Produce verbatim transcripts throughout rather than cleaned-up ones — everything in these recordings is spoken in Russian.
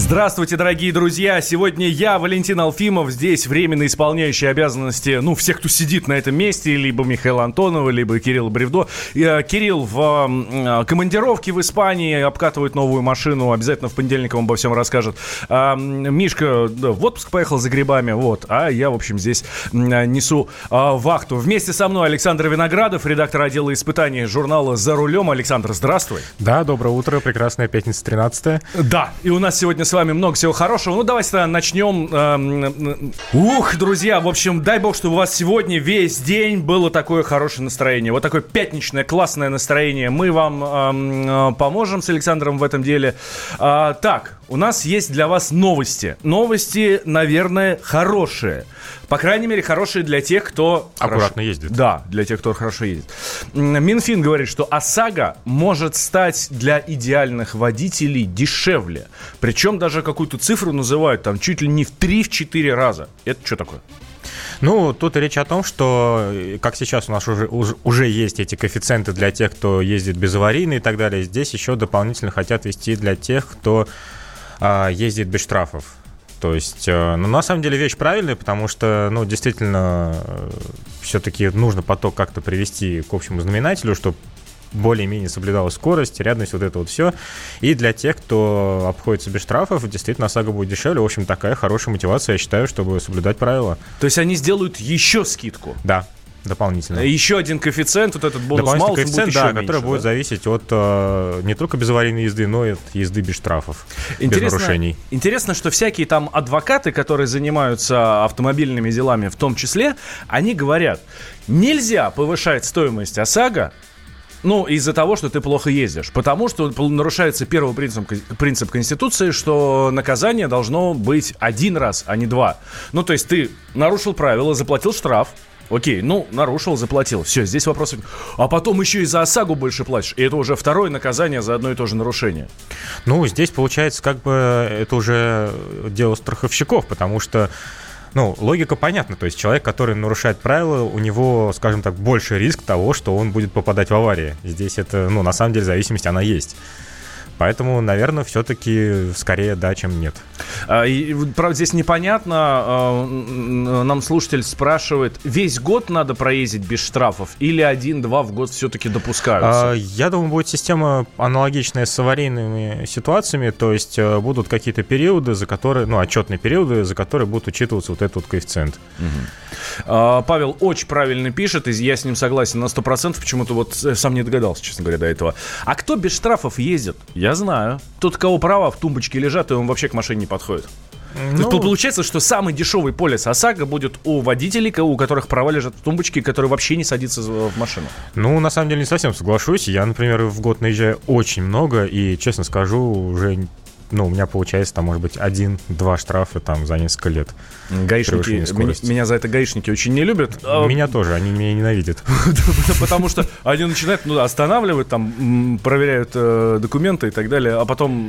Здравствуйте, дорогие друзья! Сегодня я, Валентин Алфимов, здесь временно исполняющий обязанности, ну, всех, кто сидит на этом месте, либо Михаил Антонов, либо Кирилл Бревдо. Кирилл в командировке в Испании, обкатывает новую машину, обязательно в понедельник вам обо всем расскажет. Мишка в отпуск поехал за грибами, вот, а я, в общем, здесь несу вахту. Вместе со мной Александр Виноградов, редактор отдела испытаний журнала «За рулем». Александр, здравствуй! Да, доброе утро, прекрасная пятница тринадцатое. Да, и у нас сегодня с вами много всего хорошего. Ну, давайте тогда начнем. Ух, друзья, в общем, дай бог, чтобы у вас сегодня весь день было такое хорошее настроение. Вот такое пятничное, классное настроение. Мы вам эм, поможем с Александром в этом деле. А, так, у нас есть для вас новости. Новости, наверное, хорошие. По крайней мере, хорошие для тех, кто... Аккуратно хорошо... ездит. Да, для тех, кто хорошо ездит. Минфин говорит, что ОСАГО может стать для идеальных водителей дешевле. Причем даже какую-то цифру называют там чуть ли не в три-четыре раза. Это что такое? Ну, тут речь о том, что, как сейчас у нас уже, уже, уже есть эти коэффициенты для тех, кто ездит безаварийно и так далее, здесь еще дополнительно хотят ввести для тех, кто а, ездит без штрафов. То есть, ну, на самом деле вещь правильная, потому что, ну, действительно, все-таки нужно поток как-то привести к общему знаменателю, чтобы более-менее соблюдалась скорость, рядность, вот это вот все. И для тех, кто обходится без штрафов, действительно, ОСАГО будет дешевле. В общем, такая хорошая мотивация, я считаю, чтобы соблюдать правила. То есть они сделают еще скидку? Да. Дополнительно. Еще один коэффициент, вот этот бонус-малус, будет еще да, меньше, который да? будет зависеть от э, не только безаварийной езды, но и от езды без штрафов, интересно, без нарушений. Интересно, что всякие там адвокаты, которые занимаются автомобильными делами в том числе, они говорят, нельзя повышать стоимость ОСАГО, ну, из-за того, что ты плохо ездишь. Потому что нарушается первый принцип, принцип Конституции, что наказание должно быть один раз, а не два. Ну, то есть ты нарушил правила, заплатил штраф. Окей, ну, нарушил, заплатил. Все, здесь вопрос. А потом еще и за ОСАГО больше платишь. И это уже второе наказание за одно и то же нарушение. Ну, здесь, получается, как бы это уже дело страховщиков, потому что, ну, логика понятна. То есть человек, который нарушает правила, у него, скажем так, больше риск того, что он будет попадать в аварии. Здесь это, ну, на самом деле, зависимость, она есть. Поэтому, наверное, все-таки скорее да, чем нет. А, и, правда, здесь непонятно. А, нам слушатель спрашивает, весь год надо проездить без штрафов или один-два в год все-таки допускаются? А, я думаю, будет система аналогичная с аварийными ситуациями. То есть будут какие-то периоды, за которые, ну, отчетные периоды, за которые будут учитываться вот этот вот коэффициент. Угу. А, Павел очень правильно пишет, и я с ним согласен на сто процентов. Почему-то вот сам не догадался, честно говоря, до этого. А кто без штрафов ездит? Я знаю. Тот, у кого права в тумбочке лежат, и он вообще к машине не подходит. Ну... То есть получается, что самый дешевый полис ОСАГО будет у водителей, у которых права лежат в тумбочке, которые вообще не садятся в машину. Ну, на самом деле, не совсем соглашусь. Я, например, в год наезжаю очень много, и, честно скажу, уже... Ну, у меня получается, там, может быть, один-два штрафа там за несколько лет. Гаишники, меня, меня за это гаишники очень не любят. Меня тоже, они меня ненавидят. Потому что они начинают, ну, останавливать, там, проверяют э, документы и так далее, а потом...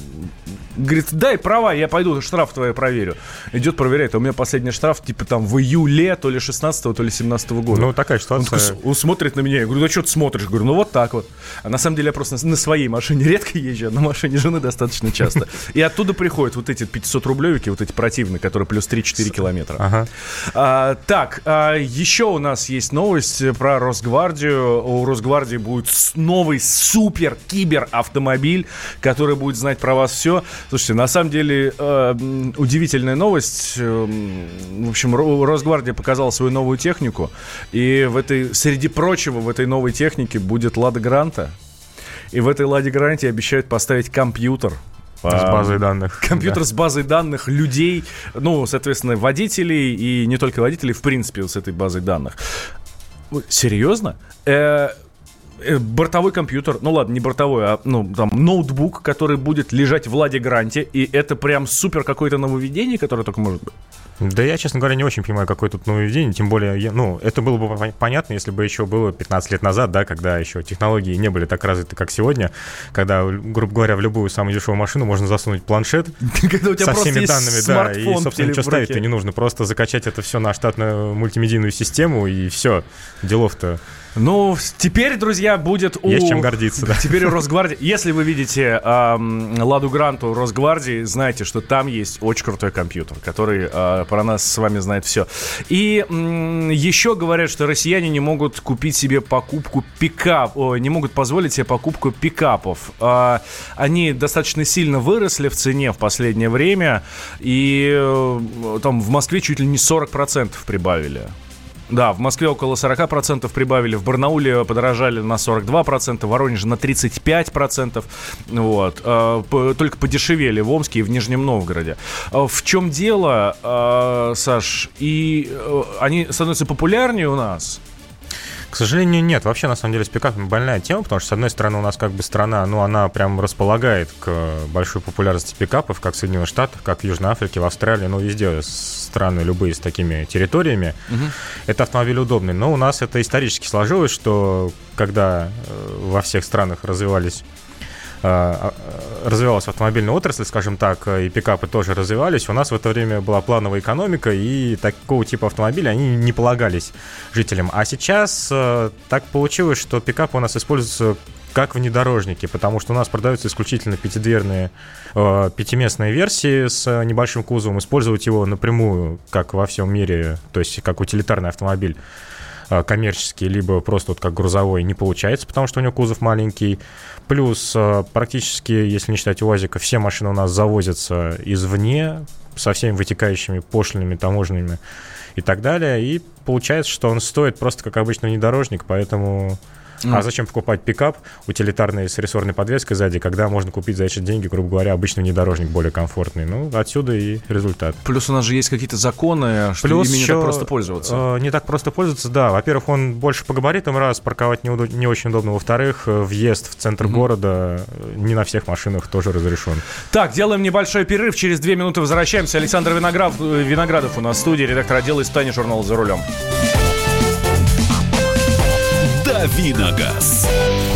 Говорит, дай права, я пойду штраф твой проверю. Идет, проверяет. А у меня последний штраф, типа, там, в июле, то ли шестнадцатого, то ли семнадцатого года. Ну, такая ситуация. Он, он смотрит на меня. Я говорю, ну, что ты смотришь? Я говорю, ну, вот так вот. А на самом деле я просто на своей машине редко езжу, а на машине жены достаточно часто. И оттуда приходят вот эти пятисотрублевики, вот эти противные, которые плюс три-четыре километра. Ага. А, так, а еще у нас есть новость про Росгвардию. У Росгвардии будет новый супер-кибер-автомобиль, который будет знать про вас все. Слушайте, на самом деле э, удивительная новость. Э, в общем, Росгвардия показала свою новую технику. И в этой, среди прочего в этой новой технике будет Лада Гранта. И в этой Ладе Гранте обещают поставить компьютер. С базой данных. Компьютер, да, с базой данных людей, ну, соответственно, водителей и не только водителей, в принципе, с этой базой данных. Серьезно? Э, бортовой компьютер, ну ладно, не бортовой, а ну, там, ноутбук, который будет лежать в Ладе Гранте, и это прям супер какое-то нововведение, которое только может быть. Да я, честно говоря, не очень понимаю, какое тут нововведение, тем более, я, ну, это было бы понятно, если бы еще было пятнадцать лет назад, да, когда еще технологии не были так развиты, как сегодня, когда, грубо говоря, в любую самую дешевую машину можно засунуть планшет со всеми данными, да, и, собственно, ничего ставить-то не нужно, просто закачать это все на штатную мультимедийную систему, и все, делов-то Ну, теперь, друзья, будет у... Есть чем гордиться, да. Теперь у Росгвардии... Если вы видите э, Ладу Гранту Росгвардии, знайте, что там есть очень крутой компьютер, который э, про нас с вами знает все. И э, еще говорят, что россияне не могут купить себе покупку пикап... О, не могут позволить себе покупку пикапов. Э, они достаточно сильно выросли в цене в последнее время, и э, там в Москве чуть ли не сорок процентов прибавили. Да, в Москве около сорок процентов прибавили, в Барнауле подорожали на сорок два процента, в Воронеже на тридцать пять процентов, вот, только подешевели в Омске и в Нижнем Новгороде. В чем дело, Саш, и они становятся популярнее у нас? К сожалению, нет. Вообще, на самом деле, с пикапами больная тема, потому что, с одной стороны, у нас как бы страна, ну, она прям располагает к большой популярности пикапов, как в Соединенных Штатах, как в Южной Африке, в Австралии, ну, везде страны любые с такими территориями. Угу. Это автомобиль удобный. Но у нас это исторически сложилось, что когда во всех странах развивались развивалась автомобильная отрасль, скажем так, и пикапы тоже развивались, у нас в это время была плановая экономика, и такого типа автомобиля они не полагались жителям. А сейчас э, так получилось, что пикапы у нас используются как внедорожники, потому что у нас продаются исключительно пятидверные, э, пятиместные версии с небольшим кузовом. Использовать его напрямую, как во всем мире, то есть как утилитарный автомобиль, коммерческий, либо просто вот как грузовой, не получается, потому что у него кузов маленький. Плюс практически, если не считать УАЗика, все машины у нас завозятся извне, со всеми вытекающими пошлинами, таможенными и так далее. И получается, что он стоит просто как обычный внедорожник, поэтому... Mm. А зачем покупать пикап утилитарный с рессорной подвеской сзади, когда можно купить за эти деньги, грубо говоря, обычный внедорожник более комфортный? Ну, отсюда и результат. Плюс у нас же есть какие-то законы, что ими не так просто пользоваться. Э, не так просто пользоваться, да. Во-первых, он больше по габаритам, раз, парковать не, удо- не очень удобно. Во-вторых, въезд в центр mm-hmm. города не на всех машинах тоже разрешен. Так, делаем небольшой перерыв. Через две минуты возвращаемся. Александр Виноград, Виноградов у нас в студии, редактор отдела испытаний журнала «За рулем». Давиногаз.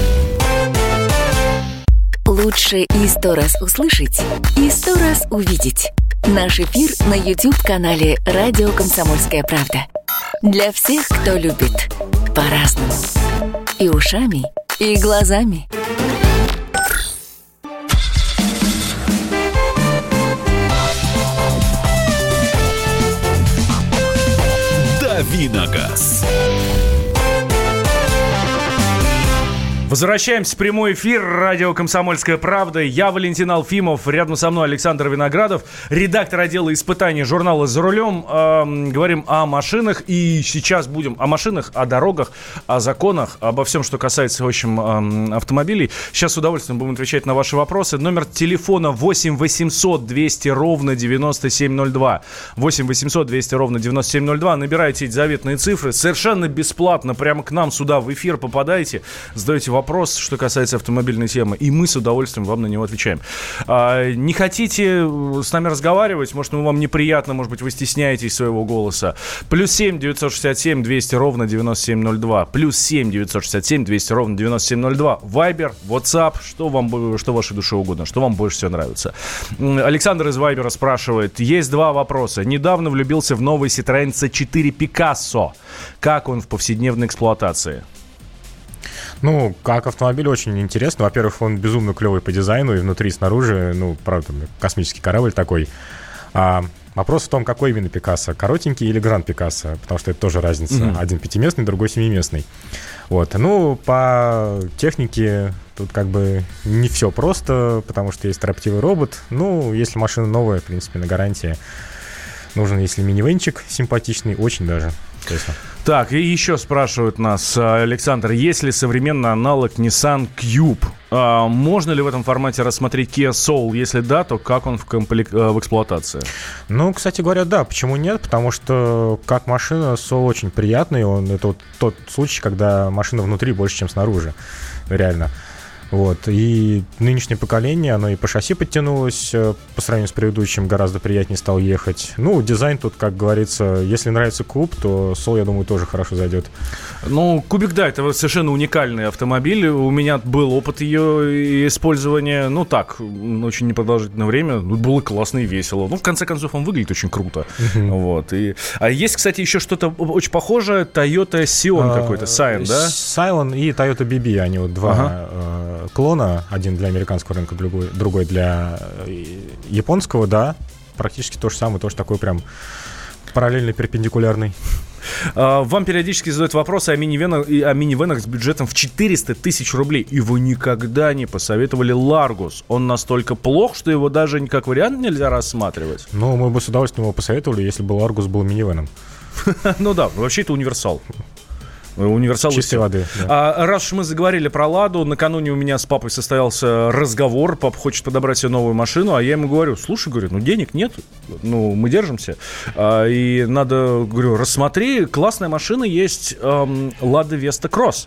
Лучше и сто раз услышать, и сто раз увидеть. Наш эфир на YouTube-канале «Радио Комсомольская правда». Для всех, кто любит по-разному. И ушами, и глазами. Давиногаз. Возвращаемся в прямой эфир. Радио «Комсомольская правда». Я Валентин Алфимов. Рядом со мной Александр Виноградов, редактор отдела испытаний журнала «За рулем». Эм, говорим о машинах. И сейчас будем о машинах, о дорогах, о законах, обо всем, что касается, в общем, эм, автомобилей. Сейчас с удовольствием будем отвечать на ваши вопросы. Номер телефона восемь восемьсот двести ровно девяносто семь ноль два. восемь восемьсот двести ровно девяносто семь ноль два. Набирайте эти заветные цифры. Совершенно бесплатно. Прямо к нам сюда в эфир попадаете. Задаете вопросы. Вопрос, что касается автомобильной темы, и мы с удовольствием вам на него отвечаем. А, не хотите с нами разговаривать, может, ну, вам неприятно, может быть, вы стесняетесь своего голоса. Плюс семь девятьсот шестьдесят семь двести ровно девяносто семь ноль два. Плюс семь девятьсот шестьдесят семь двести ровно девяносто семь ноль два. Вайбер, WhatsApp, что вам, что вашей душе угодно, что вам больше всего нравится. Александр из Вайбера спрашивает, есть два вопроса. Недавно влюбился в новый Citroёn си четыре Picasso. Как он в повседневной эксплуатации? Ну, как автомобиль очень интересно. Во-первых, он безумно клевый по дизайну и внутри, и снаружи. Ну, правда, космический корабль такой. А вопрос в том, какой именно Пикассо. Коротенький или Гранд Пикассо? Потому что это тоже разница. Mm-hmm. Один пятиместный, другой семиместный. Вот. Ну, по технике тут как бы не все просто, потому что есть строптивый робот. Ну, если машина новая, в принципе, на гарантии. Нужен, если минивенчик симпатичный, очень даже. Честно. Так, и еще спрашивают нас, Александр, есть ли современный аналог Nissan Cube? А, можно ли в этом формате рассмотреть Kia Soul? Если да, то как он в, комплек... в эксплуатации? Ну, кстати говоря, да. Почему нет? Потому что как машина Soul очень приятный. Он, это вот тот случай, когда машина внутри больше, чем снаружи. Реально. Вот. И нынешнее поколение, оно и по шасси подтянулось по сравнению с предыдущим, гораздо приятнее стал ехать. Ну, дизайн тут, как говорится, если нравится куб, то Сол, я думаю, тоже хорошо зайдет. Ну, кубик, да, это совершенно уникальный автомобиль. У меня был опыт ее использования, ну так, очень непродолжительное время. Ну, было классно и весело. Ну, в конце концов, он выглядит очень круто. Uh-huh. Вот. И... А есть, кстати, еще что-то очень похожее. Toyota Scion uh, какой-то, Scion, да? Scion и Toyota би би, они вот два uh-huh. э, клона. Один для американского рынка, другой, другой для японского, да. Практически то же самое, тоже такой прям параллельно перпендикулярный. Вам периодически задают вопросы о минивенах, о минивенах с бюджетом в четыреста тысяч рублей, и вы никогда не посоветовали Largus. Он настолько плох, что его даже как вариант нельзя рассматривать. Ну, мы бы с удовольствием его посоветовали, если бы Largus был минивеном. Ну да, вообще это универсал. Универсал чистой воды. Да. А, раз уж мы заговорили про Ладу, накануне у меня с папой состоялся разговор. Папа хочет подобрать себе новую машину, а я ему говорю: слушай, говорю, ну денег нет, ну мы держимся, а, и надо, говорю, рассмотри, классная машина есть, эм, Lada Vesta Cross.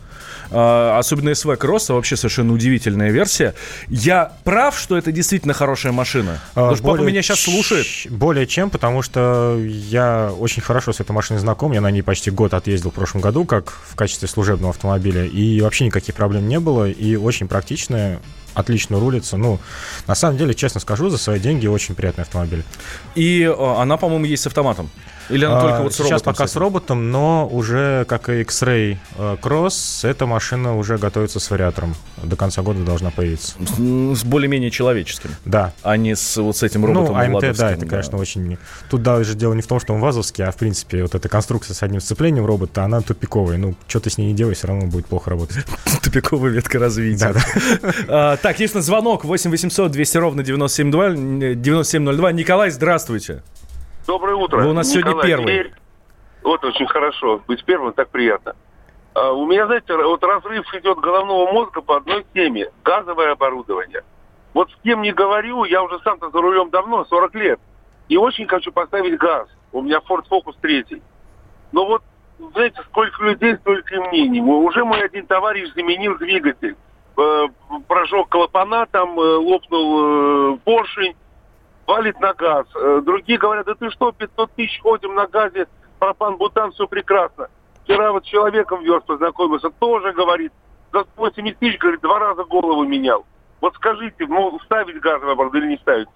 Uh, особенно эс ви Cross, вообще совершенно удивительная версия. Я прав, что это действительно хорошая машина? Uh, потому что папа меня сейчас слушает. Более чем, потому что я очень хорошо с этой машиной знаком. Я на ней почти год отъездил в прошлом году, как в качестве служебного автомобиля. И вообще никаких проблем не было. И очень практичная, отлично рулится. Ну, на самом деле, честно скажу, за свои деньги очень приятный автомобиль. И uh, она, по-моему, есть с автоматом. Или она а, только вот с сейчас роботом? Сейчас пока с роботом, но уже, как и X-Ray Cross, эта машина уже готовится с вариатором. До конца года должна появиться. С, с более-менее человеческим? Да. А не с вот с этим роботом? Ну, эй эм ти, да, это, да. конечно, очень... Тут даже дело не в том, что он вазовский, а в принципе вот эта конструкция с одним сцеплением робота, она тупиковая. Ну, что ты с ней не делай, все равно будет плохо работать. Тупиковая ветка развития. Да, так, есть на звонок восемь восемьсот двести ровно девяносто семь ноль два. Николай, здравствуйте. Доброе утро. Вы у нас Николай, сегодня первый. Теперь... Вот, очень хорошо. Быть первым так приятно. А, у меня, знаете, вот разрыв идет головного мозга по одной теме. Газовое оборудование. Вот с кем не говорю, я уже сам-то за рулем давно, сорок лет. И очень хочу поставить газ. У меня Ford Focus три. Но вот, знаете, сколько людей, столько и мнений. Уже мой один товарищ заменил двигатель. Э, прожег клапана, там э, лопнул э, поршень. Валит на газ. Другие говорят: да ты что, пятьсот тысяч ходим на газе, пропан, бутан, все прекрасно. Вчера вот с человеком вез, познакомился, тоже говорит, за восемьдесят тысяч, говорит, два раза голову менял. Вот скажите, ну, ставить газовый оборудование или не ставить?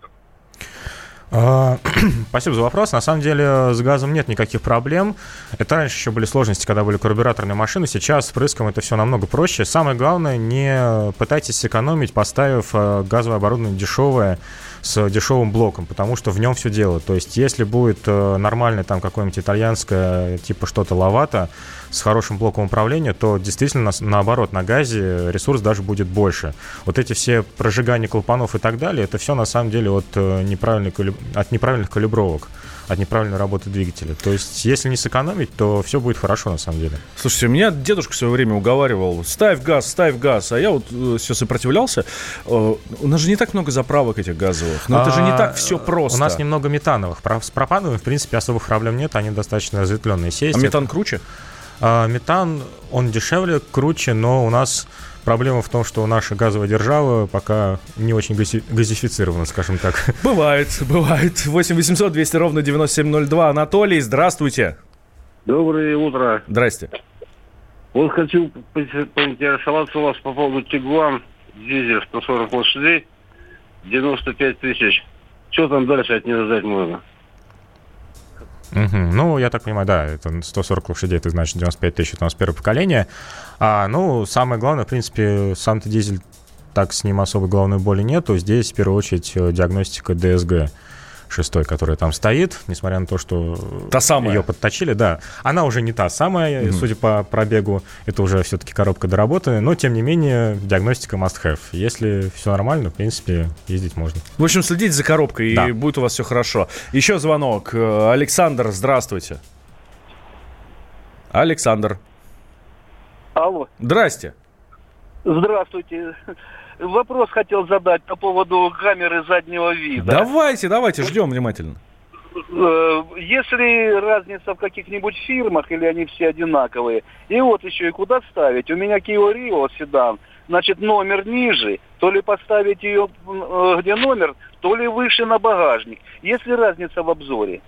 Спасибо за вопрос. На самом деле с газом нет никаких проблем. Это раньше еще были сложности, когда были карбюраторные машины. Сейчас с впрыском это все намного проще. Самое главное, не пытайтесь сэкономить, поставив газовое оборудование дешевое, с дешевым блоком, потому что в нем все дело. То есть, если будет нормальное там какое-нибудь итальянское, типа что-то Лавато, с хорошим блоком управления, то действительно, наоборот, на газе ресурс даже будет больше. Вот эти все прожигания клапанов и так далее, это все на самом деле от неправильных, от неправильных калибровок, от неправильной работы двигателя. То есть, если не сэкономить, то все будет хорошо на самом деле. Слушайте, меня дедушка в свое время уговаривал: ставь газ, ставь газ. А я вот э, все сопротивлялся. Э, у нас же не так много заправок этих газовых. Но а, это же не так все просто. У нас немного метановых. С пропановыми, в принципе, особых проблем нет. Они достаточно разветвленные. Сесть. А метан круче? А, метан, он дешевле, круче, но у нас... Проблема в том, что наша газовая держава пока не очень гази- газифицирована, скажем так. Бывает, бывает. восемь восемьсот двести ровно девяносто семь ноль два. Анатолий, здравствуйте. Доброе утро. Здрасте. Вот хочу поинтересоваться у вас по поводу Тигуан, дизель сто сорок лошадей, девяносто пять тысяч. Что там дальше от него ждать можно? Угу. Ну, я так понимаю, да, это сто сорок лошадей, это значит девяносто пять тысяч, это у нас первое поколение. А, ну, самое главное, в принципе, сам-то дизель, так с ним особой головной боли нету. Здесь, в первую очередь, диагностика ди эс джи шесть, которая там стоит, несмотря на то, что та самая. Ее подточили, да. Она уже не та самая, mm-hmm. судя по пробегу, это уже все-таки коробка доработанная, но, тем не менее, диагностика must have. Если все нормально, в принципе, ездить можно. В общем, следите за коробкой, да. И будет у вас все хорошо. Еще звонок. Александр, здравствуйте. Александр. Алло. Здрасте. Здравствуйте. Вопрос хотел задать по поводу камеры заднего вида. Давайте, давайте, ждем внимательно. Если разница в каких-нибудь фирмах, или они все одинаковые, и вот еще и куда ставить? У меня Kia Rio седан, значит, номер ниже, то ли поставить ее, где номер, то ли выше на багажник. Есть ли разница в обзоре?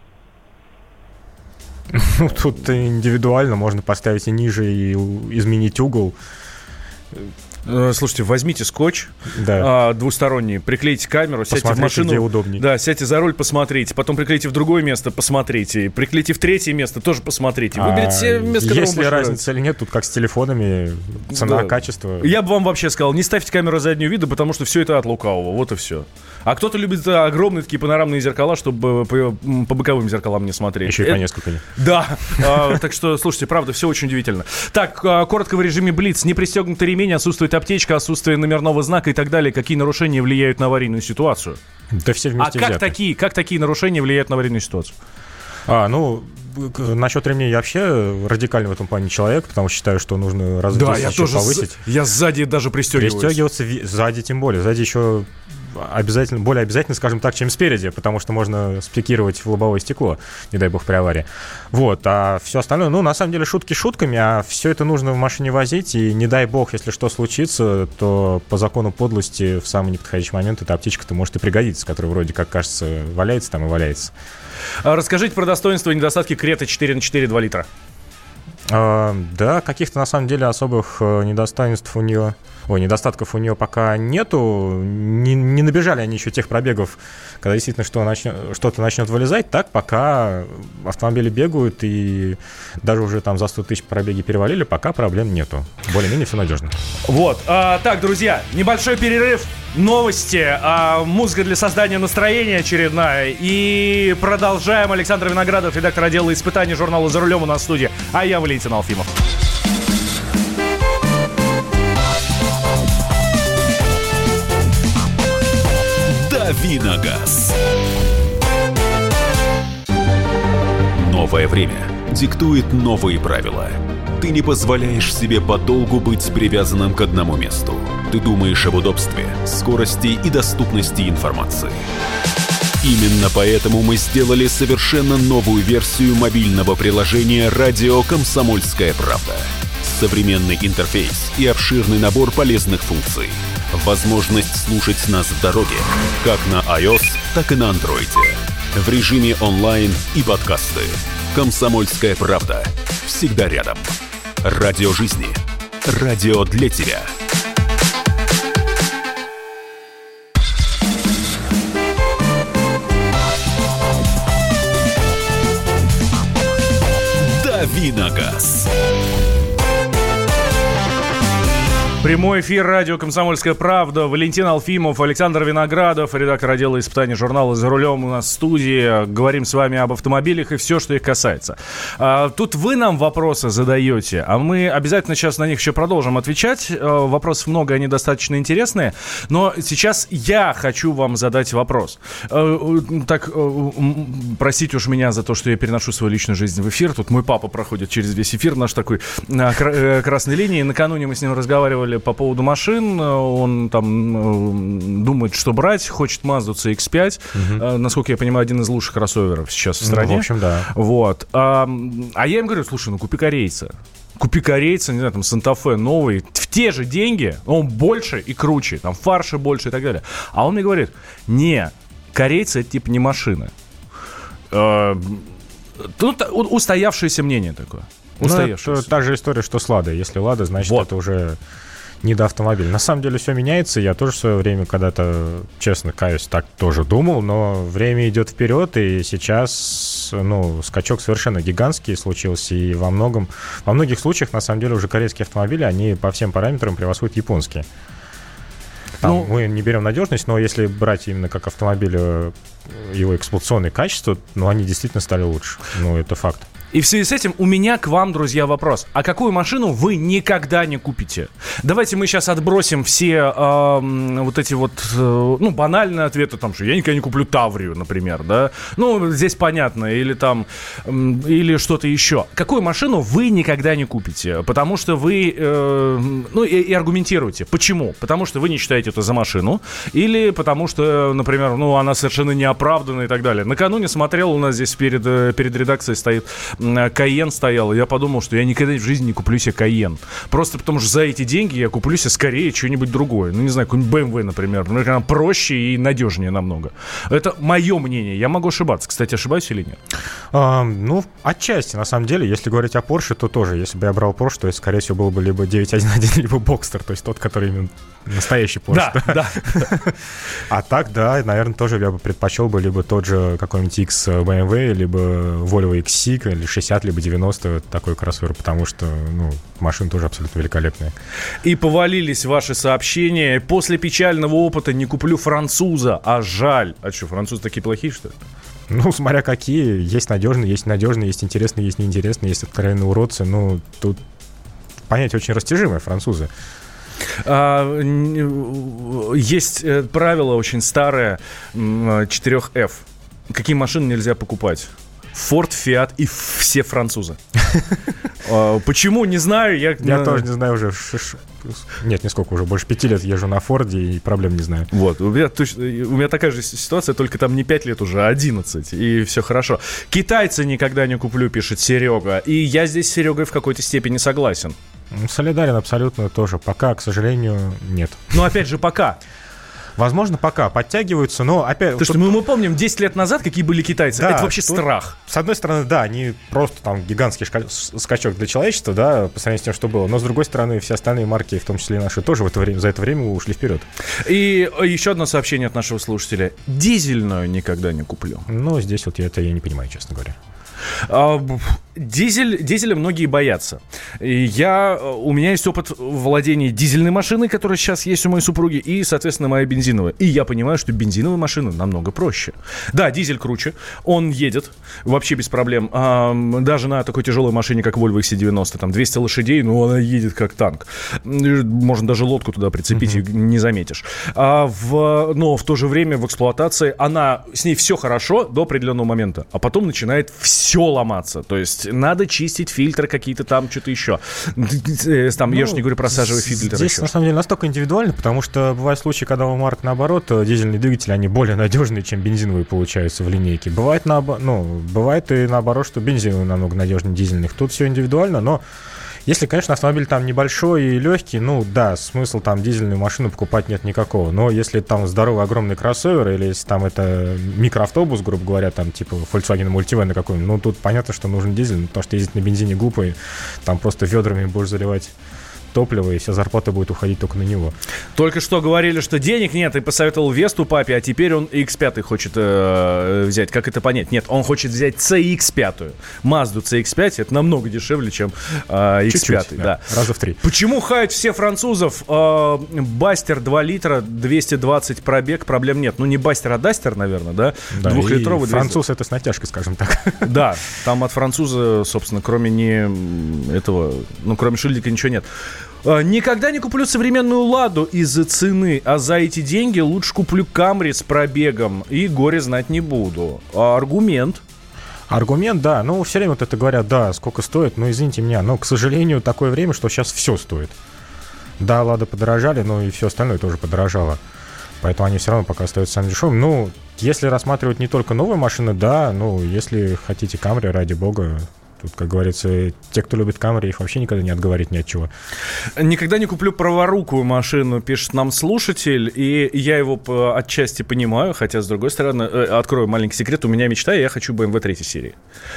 Ну, тут индивидуально можно поставить и ниже, и изменить угол. Слушайте, возьмите скотч, да. а, двусторонний, приклейте камеру, сядьте посмотрите, в машину, где удобнее. Да, сядьте за руль, посмотрите, потом приклейте в другое место, посмотрите, приклейте в третье место, тоже посмотрите. Выберите а место, которое вам если разница или нет, тут как с телефонами, цена, да. качество. Я бы вам вообще сказал, не ставьте камеру заднего вида, потому что все это от лукавого, вот и все. А кто-то любит огромные такие панорамные зеркала, чтобы по, по боковым зеркалам не смотреть. Еще и это... по несколько. Да, а, так что, слушайте, правда, все очень удивительно. Так, а, коротко в режиме Блиц. Не пристегнутый ремень, отсутствует аптечка, отсутствие номерного знака и так далее. Какие нарушения влияют на аварийную ситуацию? Да все вместе А как взяты. такие, как такие нарушения влияют на аварийную ситуацию? А, ну, насчет ремней я вообще радикальный в этом плане человек, потому что считаю, что нужно раз в да, десять я еще тоже повысить. С... Я сзади даже пристегиваюсь. Пристегиваться сзади тем более. Сзади еще обязательно, более обязательно, скажем так, чем спереди, потому что можно спикировать в лобовое стекло, не дай бог при аварии. Вот, а все остальное, ну, на самом деле, шутки шутками, а все это нужно в машине возить, и не дай бог, если что случится, то по закону подлости в самый неподходящий момент эта аптечка-то может и пригодиться, которая вроде как, кажется, валяется там и валяется. Расскажите про достоинства и недостатки Крета четыре на четыре два литра. А, да, каких-то на самом деле особых недостоинств у нее, ой, недостатков у нее пока нету. Не, не набежали они еще тех пробегов, когда действительно что начнет, что-то начнет вылезать. Так пока автомобили бегают и даже уже там за сто тысяч пробеги перевалили, пока проблем нету. Более-менее все надежно. Вот. А, так, друзья, небольшой перерыв. Новости, а, музыка для создания настроения очередная. И продолжаем. Александр Виноградов, редактор отдела испытаний журнала «За рулем» у нас в студии. А я Валентин Алфимов. «Дави на газ». Новое время диктует новые правила. Ты не позволяешь себе подолгу быть привязанным к одному месту. Ты думаешь об удобстве, скорости и доступности информации. Именно поэтому мы сделали совершенно новую версию мобильного приложения «Радио Комсомольская правда». Современный интерфейс и обширный набор полезных функций. Возможность слушать нас в дороге, как на iOS, так и на Android. В режиме онлайн и подкасты. «Комсомольская правда». Всегда рядом. Радио жизни. Радио для тебя. «Дави на газ». Прямой эфир радио «Комсомольская правда». Валентин Алфимов, Александр Виноградов, редактор отдела испытаний журнала «За рулем» у нас в студии. Говорим с вами об автомобилях и все, что их касается. А, тут вы нам вопросы задаете, а мы обязательно сейчас на них еще продолжим отвечать. А, вопросов много, они достаточно интересные. Но сейчас я хочу вам задать вопрос. А, так, а, простите уж меня за то, что я переношу свою личную жизнь в эфир. Тут мой папа проходит через весь эфир наш такой а, кра- красной линии. Накануне мы с ним разговаривали по поводу машин. Он там думает, что брать, хочет Mazda си икс пять. Угу. Насколько я понимаю, один из лучших кроссоверов сейчас в стране. Ну, в общем, да. Вот. А, а я им говорю, слушай, ну купи корейца. Купи корейца, не знаю, там, Санта-Фе новый, в те же деньги, он больше и круче, там, фарши больше и так далее. А он мне говорит, не, корейцы это типа не машина. А, тут устоявшееся мнение такое. Устоявшееся. Ну, это та же история, что с Ладой. Если Лада, значит, вот. Это уже... не до автомобиля. На самом деле все меняется. Я тоже в свое время когда-то, честно каюсь, так тоже думал, но время идет вперед, и сейчас, ну, скачок совершенно гигантский случился, и во многом, во многих случаях, на самом деле, уже корейские автомобили, они по всем параметрам превосходят японские. Там, ну, мы не берем надежность, но если брать именно как автомобиль его эксплуатационные качества, ну, они действительно стали лучше. Ну, это факт. И в связи с этим у меня к вам, друзья, вопрос. А какую машину вы никогда не купите? Давайте мы сейчас отбросим все э, вот эти вот, э, ну, банальные ответы, там, что я никогда не куплю Таврию, например, да? Ну, здесь понятно, или там, э, или что-то еще. Какую машину вы никогда не купите? Потому что вы, э, ну, и, и аргументируйте. Почему? Потому что вы не считаете это за машину, или потому что, например, ну, она совершенно неоправданная и так далее. Накануне смотрел, у нас здесь перед, перед редакцией стоит Кайен стоял, и я подумал, что я никогда в жизни не куплю себе Кайен. Просто потому что за эти деньги я куплю себе скорее что-нибудь другое. Ну, не знаю, какой-нибудь бэ эм вэ, например. Например, она проще и надежнее намного. Это мое мнение. Я могу ошибаться. Кстати, ошибаюсь или нет? А, ну, отчасти, на самом деле. Если говорить о Porsche, то тоже. Если бы я брал Porsche, то, скорее всего, был бы либо девять один один, либо Boxster. То есть тот, который именно настоящий Porsche. Да, да. А так, да, наверное, тоже я бы предпочел бы либо тот же какой-нибудь X бэ эм вэ, либо Volvo икс си, или шестьдесят, либо девяносто, такой кроссовер, потому что, ну, машина тоже абсолютно великолепная. И повалились ваши сообщения. После печального опыта не куплю француза, а жаль. А что, французы такие плохие, что ли? Ну, смотря какие. Есть надежные, есть ненадежные, есть интересные, есть неинтересные, есть откровенные уродцы. Ну, тут понятие очень растяжимое, французы. А, есть правило очень старое четыре эф. Какие машины нельзя покупать? Ford, Fiat и все французы. Почему? Не знаю. Я, я тоже не знаю уже. Нет, нисколько уже. Больше пяти лет езжу на Форде и проблем не знаю. Вот. У меня, точно, у меня такая же ситуация, только там не пять лет уже, а одиннадцать. И все хорошо. Китайцы никогда не куплю, пишет Серега. И я здесь с Серегой в какой-то степени согласен. Солидарен абсолютно тоже. Пока, к сожалению, нет. Но опять же, пока. Возможно, пока подтягиваются, но опять... То, что мы, мы помним десять лет назад, какие были китайцы. Да, это вообще тут, страх. С одной стороны, да, они просто там гигантский шка- скачок для человечества, да, по сравнению с тем, что было. Но, с другой стороны, все остальные марки, в том числе и наши, тоже в это время, за это время ушли вперед. И еще одно сообщение от нашего слушателя. Дизельную никогда не куплю. Ну, здесь вот я это я не понимаю, честно говоря. Дизель, дизеля многие боятся. И я, у меня есть опыт владения дизельной машиной, которая сейчас есть у моей супруги, и, соответственно, моя бензиновая. И я понимаю, что бензиновая машина намного проще. Да, дизель круче, он едет вообще без проблем. А, даже на такой тяжелой машине, как Volvo икс си девяносто, там двести лошадей, но она едет как танк. Можно даже лодку туда прицепить, mm-hmm. и не заметишь. А в, но в то же время в эксплуатации она, с ней все хорошо до определенного момента, а потом начинает все ломаться. То есть надо чистить фильтры какие-то там, что-то еще. Там, ну, я же не говорю про сажевый фильтр. Здесь, еще. На самом деле, настолько индивидуально, потому что бывают случаи, когда у марок, наоборот, дизельные двигатели, они более надежные, чем бензиновые получаются в линейке. Бывает, наобо... ну, бывает и наоборот, что бензиновые намного надежнее дизельных. Тут все индивидуально, но если, конечно, автомобиль там небольшой и легкий, ну да, смысл там дизельную машину покупать нет никакого. Но если там здоровый огромный кроссовер, или если там это микроавтобус, грубо говоря, там типа Volkswagen Multivan какой-нибудь, ну тут понятно, что нужен дизель, потому что ездить на бензине глупо, и там просто ведрами будешь заливать топливо, и вся зарплата будет уходить только на него. Только что говорили, что денег нет, и посоветовал Весту папе, а теперь он икс пять хочет э, взять. Как это понять? Нет, он хочет взять си икс пять. Mazda си икс пять, это намного дешевле, чем э, икс пять. Чуть-чуть, да. Да. Раза в три. Почему хаят все французов? Э, Бастер два литра, двести двадцать пробег, проблем нет. Ну, не Бастер, а Дастер, наверное, да? Да, двухлитровый. Француз это с натяжкой, скажем так. Да, там от француза, собственно, кроме не этого, ну, кроме шильдика ничего нет. Никогда не куплю современную «Ладу» из-за цены, а за эти деньги лучше куплю «Камри» с пробегом, и горе знать не буду. А аргумент? Аргумент, да. Ну, все время вот это говорят, да, сколько стоит, но извините меня, но, к сожалению, такое время, что сейчас все стоит. Да, «Лада» подорожали, но и все остальное тоже подорожало. Поэтому они все равно пока остаются самым дешевым. Ну, если рассматривать не только новые машины, да, ну, если хотите «Камри», ради бога, тут, как говорится, те, кто любит Камри, их вообще никогда не отговорить ни от чего. Никогда не куплю праворукую машину, пишет нам слушатель, и я его отчасти понимаю, хотя, с другой стороны, открою маленький секрет, у меня мечта, я хочу бэ эм вэ третьей серии.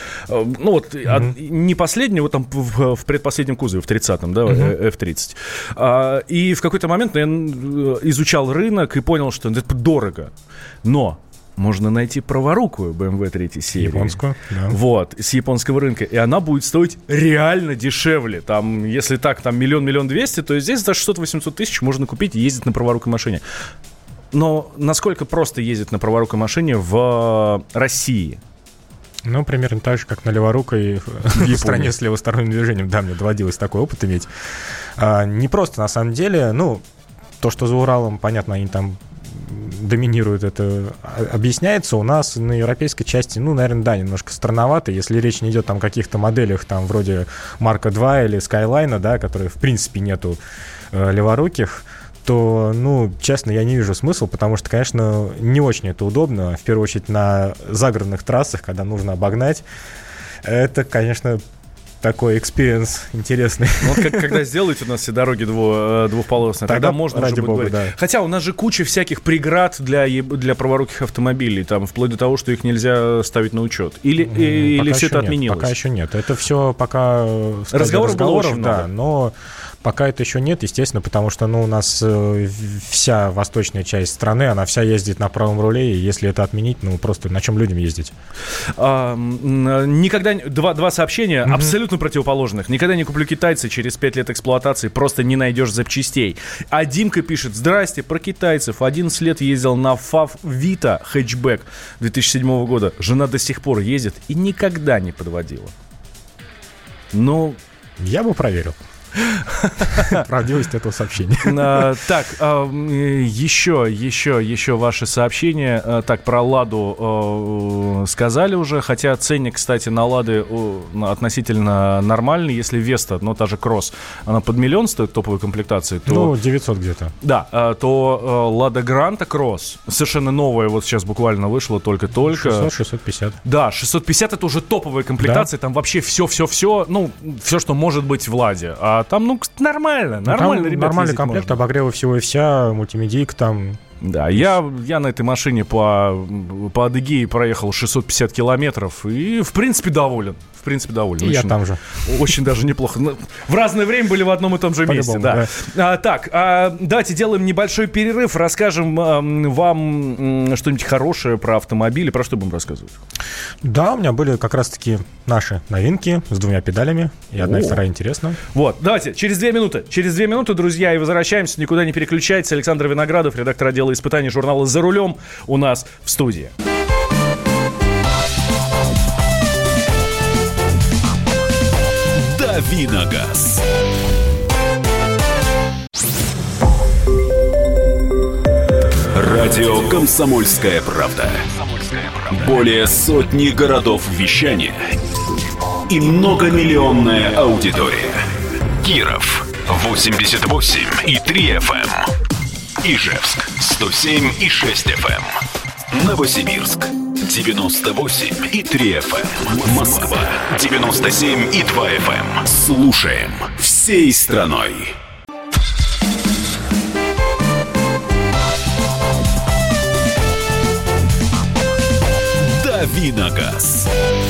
Ну вот, mm-hmm. не последнего, там в, в предпоследнем кузове, в тридцатом, да, mm-hmm. эф тридцать. И в какой-то момент я изучал рынок и понял, что это дорого. Но можно найти праворукую бэ эм вэ третьей серии. Японскую, да. Вот, с японского рынка. И она будет стоить реально дешевле. Там, если так, там миллион-миллион двести, то здесь за шестьсот-восемьсот тысяч можно купить и ездить на праворукой машине. Но насколько просто ездить на праворукой машине в России? Ну, примерно так же, как на леворукой в стране с левосторонним движением. Да, мне доводилось такой опыт иметь. А, не просто, на самом деле. Ну, то, что за Уралом, понятно, они там доминирует, это объясняется. У нас на европейской части, ну, наверное, да, немножко странновато, если речь не идет там о каких-то моделях, там, вроде Марка два или Skyline, да, которые, в принципе, нету э, леворуких, то, ну, честно, я не вижу смысла, потому что, конечно, не очень это удобно, в первую очередь на загородных трассах, когда нужно обогнать. Это, конечно, такой экспириенс интересный. Вот как, когда сделаете у нас все дороги дву, двухполосные, тогда, тогда можно ради уже будет бога, говорить. Да. Хотя у нас же куча всяких преград для, для праворуких автомобилей, там, вплоть до того, что их нельзя ставить на учет. Или, ну, или все это нет, отменилось? Пока еще нет. Это все пока... Разговоров было очень много. Да, но... Пока это еще нет, естественно, потому что ну, у нас э, вся восточная часть страны, она вся ездит на правом руле, и если это отменить, ну просто на чем людям ездить? А, никогда... Два, два сообщения mm-hmm. абсолютно противоположных. Никогда не куплю китайца, через пять лет эксплуатации просто не найдешь запчастей. А Димка пишет: здрасте, про китайцев. одиннадцать лет ездил на ФАВ Вита хэтчбэк две тысячи седьмого года. Жена до сих пор ездит и никогда не подводила. Ну... Я бы проверил. Правдивость этого сообщения. А, так, а, еще, еще, еще ваши сообщения. А, так, про Ладу а, сказали уже, хотя ценник, кстати, на Лады а, относительно нормальный. Если Веста, ну, та же Кросс, она под миллион стоит топовой комплектации, то... Ну, девятьсот где-то. Да, а, то а, Лада Гранта Кросс, совершенно новая, вот сейчас буквально вышла только-только. шестьсот шестьсот пятьдесят. Да, шестьсот пятьдесят это уже топовая комплектация, да? Там вообще все-все-все, ну, все, что может быть в Ладе. А там, ну, нормально, нормально, там ребят, нормальный комплект, можно. Обогревы всего и вся, мультимедийка там. Да, я, я на этой машине по, по Адыгее проехал шестьсот пятьдесят километров и, в принципе, доволен. В принципе, доволен. И очень, я там же. Очень даже неплохо. В разное время были в одном и том же месте. Да. Да. А, так, а, давайте сделаем небольшой перерыв, расскажем а, вам м, что-нибудь хорошее про автомобили. Про что будем рассказывать? Да, у меня были как раз-таки наши новинки с двумя педалями. И одна, О. и вторая интересна. Вот, давайте, через две минуты. Через две минуты, друзья, и возвращаемся. Никуда не переключайтесь. Александр Виноградов, редактор отдела испытаний журнала «За рулем», у нас в студии. Давиногаз. Радио «Комсомольская правда». Более сотни городов вещания и многомиллионная аудитория. Киров восемьдесят восемь и три эф эм. Ижевск сто семь и шесть эф эм. Новосибирск девяносто восемь и три эф эм. Москва девяносто семь и два эф эм. Слушаем всей страной. Давиногаз.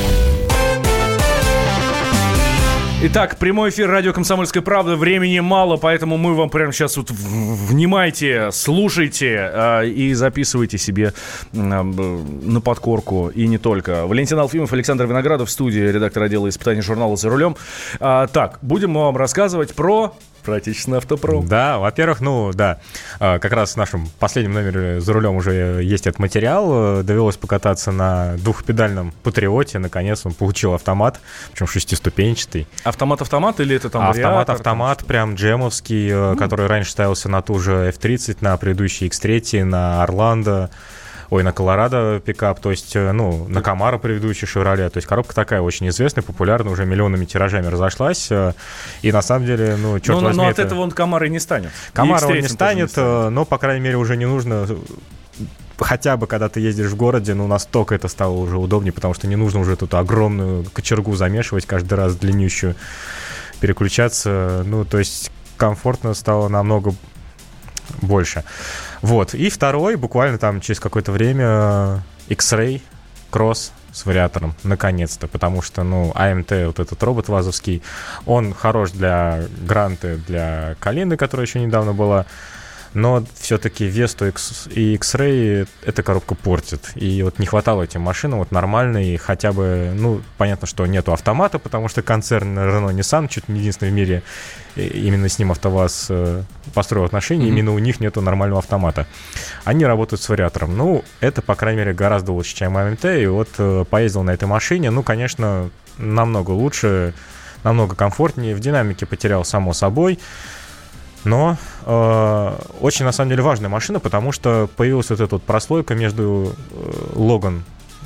Итак, прямой эфир радио «Комсомольская правда». Времени мало, поэтому мы вам прямо сейчас вот внимайте, слушайте э, и записывайте себе э, на подкорку. И не только. Валентин Алфимов, Александр Виноградов в студии, редактор отдела испытаний журнала «За рулем». А, так, будем мы вам рассказывать про... Про отечественный автопром. Да, во-первых, ну да, как раз в нашем последнем номере «За рулем» уже есть этот материал. Довелось покататься на двухпедальном Патриоте. Наконец он получил автомат, причем шестиступенчатый. Автомат-автомат или это там Автомат-автомат, прям джемовский, mm. который раньше ставился на ту же эф тридцать, на предыдущий икс три, на Орландо. Ой, на Колорадо пикап, то есть, ну, на Камаро предыдущий Шевроле. То есть коробка такая очень известная, популярная, уже миллионными тиражами разошлась. И на самом деле, ну, черт но, возьми... Но от это... этого он Камаро и не станет. Камаро он не станет, не станет, но, по крайней мере, уже не нужно... Хотя бы, когда ты ездишь в городе, ну, настолько это стало уже удобнее, потому что не нужно уже тут огромную кочергу замешивать, каждый раз длиннющую, переключаться. Ну, то есть комфортно стало намного больше. Вот. И второй, буквально там через какое-то время, X-Ray Cross с вариатором, наконец-то, потому что, ну, эй эм ти, вот этот робот вазовский, он хорош для Гранты, для Калины, которая еще недавно была, но все-таки Весту и X-Ray эта коробка портит. И вот не хватало этим машинам вот нормальной, хотя бы, ну, понятно, что нету автомата, потому что концерн Renault-Nissan, чуть не единственный в мире, именно с ним АвтоВАЗ построил отношения, mm-hmm. именно у них нету нормального автомата. Они работают с вариатором. Ну, это, по крайней мере, гораздо лучше, чем эй эм ти. И вот поездил на этой машине, ну, конечно, намного лучше, намного комфортнее. В динамике потерял, само собой. Но э, очень, на самом деле, важная машина, потому что появилась вот эта вот прослойка между э, Logan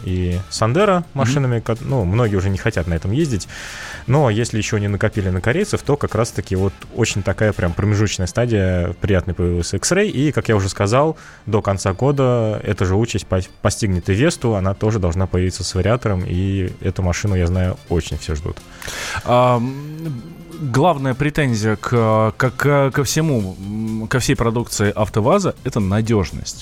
и Сандеро машинами, mm-hmm. ну, многие уже не хотят на этом ездить, но если еще не накопили на корейцев, то как раз-таки вот очень такая прям промежуточная стадия, приятный появился X-Ray, и, как я уже сказал, до конца года эта же участь постигнет и Весту, она тоже должна появиться с вариатором, и эту машину, я знаю, очень все ждут. А, главная претензия к, к, ко всему, ко всей продукции АвтоВАЗа — это надежность.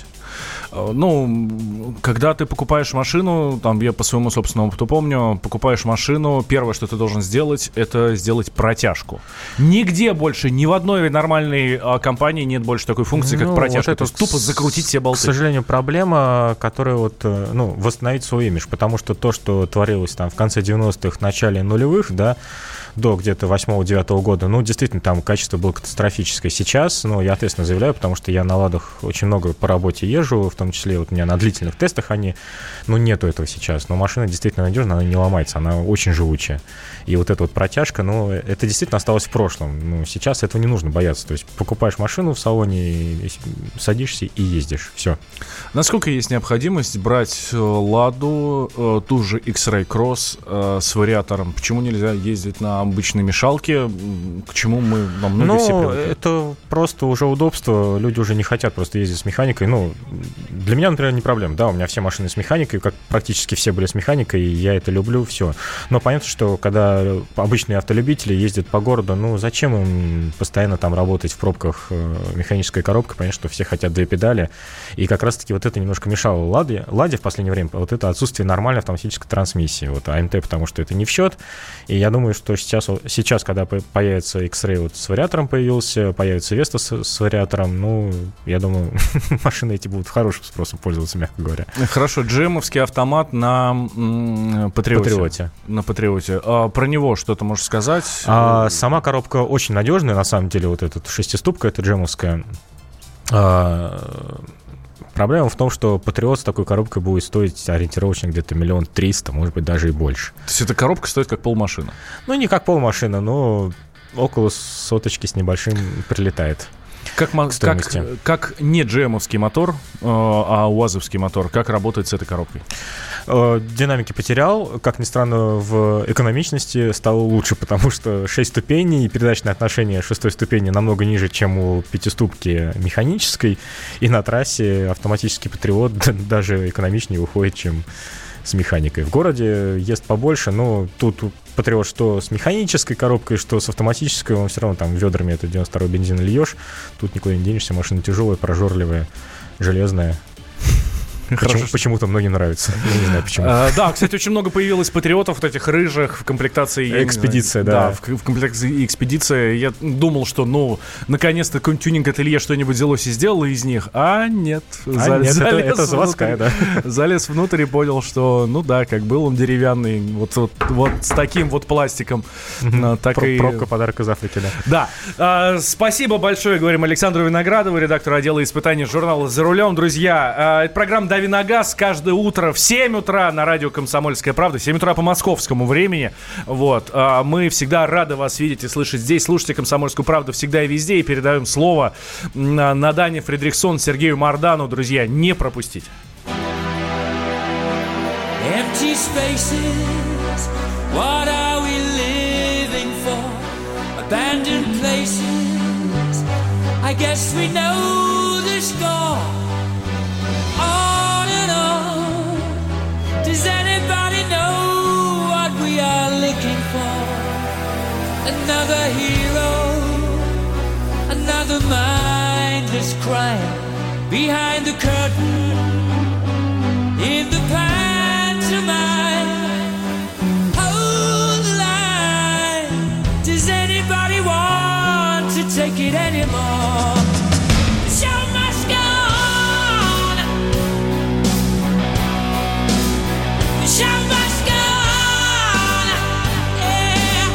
Ну, когда ты покупаешь машину, там, я по своему собственному опыту помню, покупаешь машину, первое, что ты должен сделать, это сделать протяжку. Нигде больше, ни в одной нормальной а, компании нет больше такой функции, как ну, протяжка. Вот это то есть тупо закрутить все болты. К сожалению, проблема, которая вот, ну, восстановить свой имидж, потому что то, что творилось там в конце девяностых, начале нулевых, да, до где-то восьмого-девятого года, ну, действительно, там качество было катастрофическое. Сейчас, ну, я ответственно заявляю, потому что я на «Ладах» очень много по работе езжу, в том числе вот у меня на длительных тестах они, ну, нету этого сейчас. Но машина действительно надежна, она не ломается, она очень живучая. И вот эта вот протяжка, ну, это действительно осталось в прошлом. Ну, сейчас этого не нужно бояться. То есть покупаешь машину в салоне, садишься и ездишь. Все. Насколько есть необходимость брать «Ладу», ту же X-Ray Cross с вариатором? Почему нельзя ездить на обычной мешалке? К чему мы во многие ну, все привыкли? Это просто уже удобство. Люди уже не хотят просто ездить с механикой. Ну, для меня, например, не проблема. Да, у меня все машины с механикой, как практически все были с механикой, и я это люблю, все. Но понятно, что когда обычные автолюбители ездят по городу, ну, зачем им постоянно там работать в пробках механической коробкой? Понятно, что все хотят две педали. И как раз-таки вот это немножко мешало Ладе, Ладе в последнее время. Вот это отсутствие нормальной автоматической трансмиссии. Вот АМТ, потому что это не в счет. И я думаю, что сейчас, сейчас когда появится X-Ray вот с вариатором появился, появится Веста с, с вариатором, ну, я думаю, машины эти будут хорошим спросом пользоваться, мягко говоря. Хорошо, джемовский автомат на м- Патриоте. Патриоте. На Патриоте. А, про него что-то можешь сказать? А, сама коробка очень надежная, на самом деле, вот эта шестиступка, это джемовская. А, проблема в том, что Патриот с такой коробкой будет стоить ориентировочно где-то миллион триста, может быть, даже и больше. То есть эта коробка стоит как полмашины? Ну, не как полмашины, но около соточки с небольшим прилетает. Как, как, как не джемовский мотор, а уазовский мотор, как работает с этой коробкой? Динамики потерял, как ни странно, в экономичности стало лучше, потому что шесть ступеней и передачное отношение шестой ступени намного ниже, чем у пятиступки механической, и на трассе автоматический Патриот даже экономичнее уходит, чем с механикой. В городе ест побольше, но тут Патриот что с механической коробкой, что с автоматической, он все равно там ведрами это девяносто второй бензин льешь, тут никуда не денешься, машина тяжелая, прожорливая, железная. Почему, почему-то многим нравится. Я не знаю, почему. А, да, кстати, очень много появилось патриотов, вот этих рыжих в комплектации... Экспедиция, да. Да, в, в комплектации экспедиция. Я думал, что, ну, наконец-то какой-нибудь тюнинг-ателье что-нибудь взялось и сделало из них. А нет. А за, нет, залез это, это заводская, да. Залез внутрь и понял, что, ну да, как был он деревянный, вот, вот, вот с таким вот пластиком. Так Про, и... Пробка подарок из Африки, да. Да. А, спасибо большое, говорим Александру Виноградову, редактору отдела испытаний журнала «За рулем». Друзья, а, это программа «Дави на газ» каждое утро в семь утра на радио «Комсомольская правда», семь утра по московскому времени. Вот. А, мы всегда рады вас видеть и слышать здесь. Слушайте «Комсомольскую правду» всегда и везде. И передаем слово на, на Дане Фридрихсон, Сергею Мардану. Друзья, не пропустите. Empty spaces, what are we living for? Abandoned places, I guess we know the score. On and on, does anybody know what we are looking for? Another hero, another mindless crime behind the curtain, in the pantomime. Hold the line, does anybody want to take it anymore? The show must go on, the show must go on, yeah.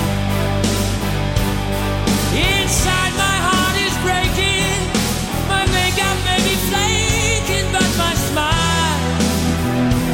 Inside my heart is breaking, my makeup may be flaking, but my smile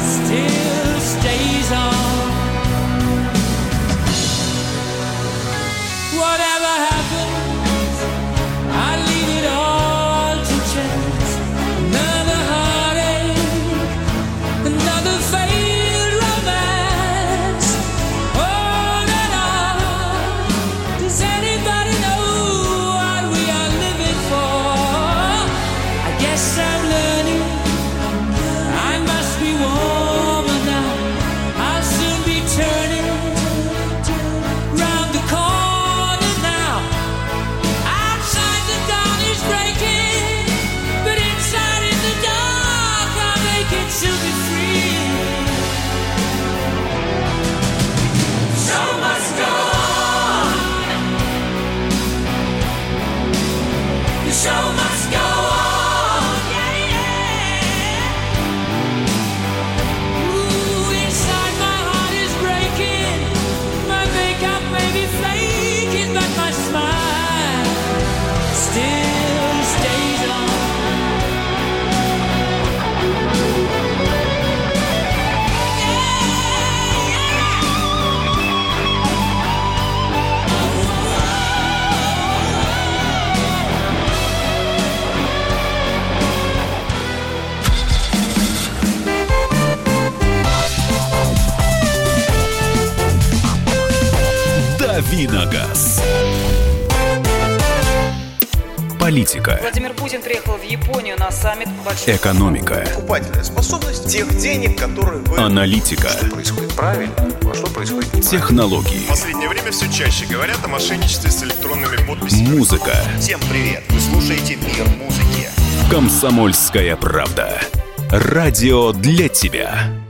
Давиногаз. Политика. Владимир Путин приехал в Японию на саммит большой... Экономика. Покупательная способность тех денег, которые вы... Аналитика. Что происходит правильно, а что происходит неправильно. Технологии. В последнее время все чаще говорят о мошенничестве с электронными подписями. Музыка. Всем привет! Вы слушаете «Мир музыки». Комсомольская правда. Радио для тебя.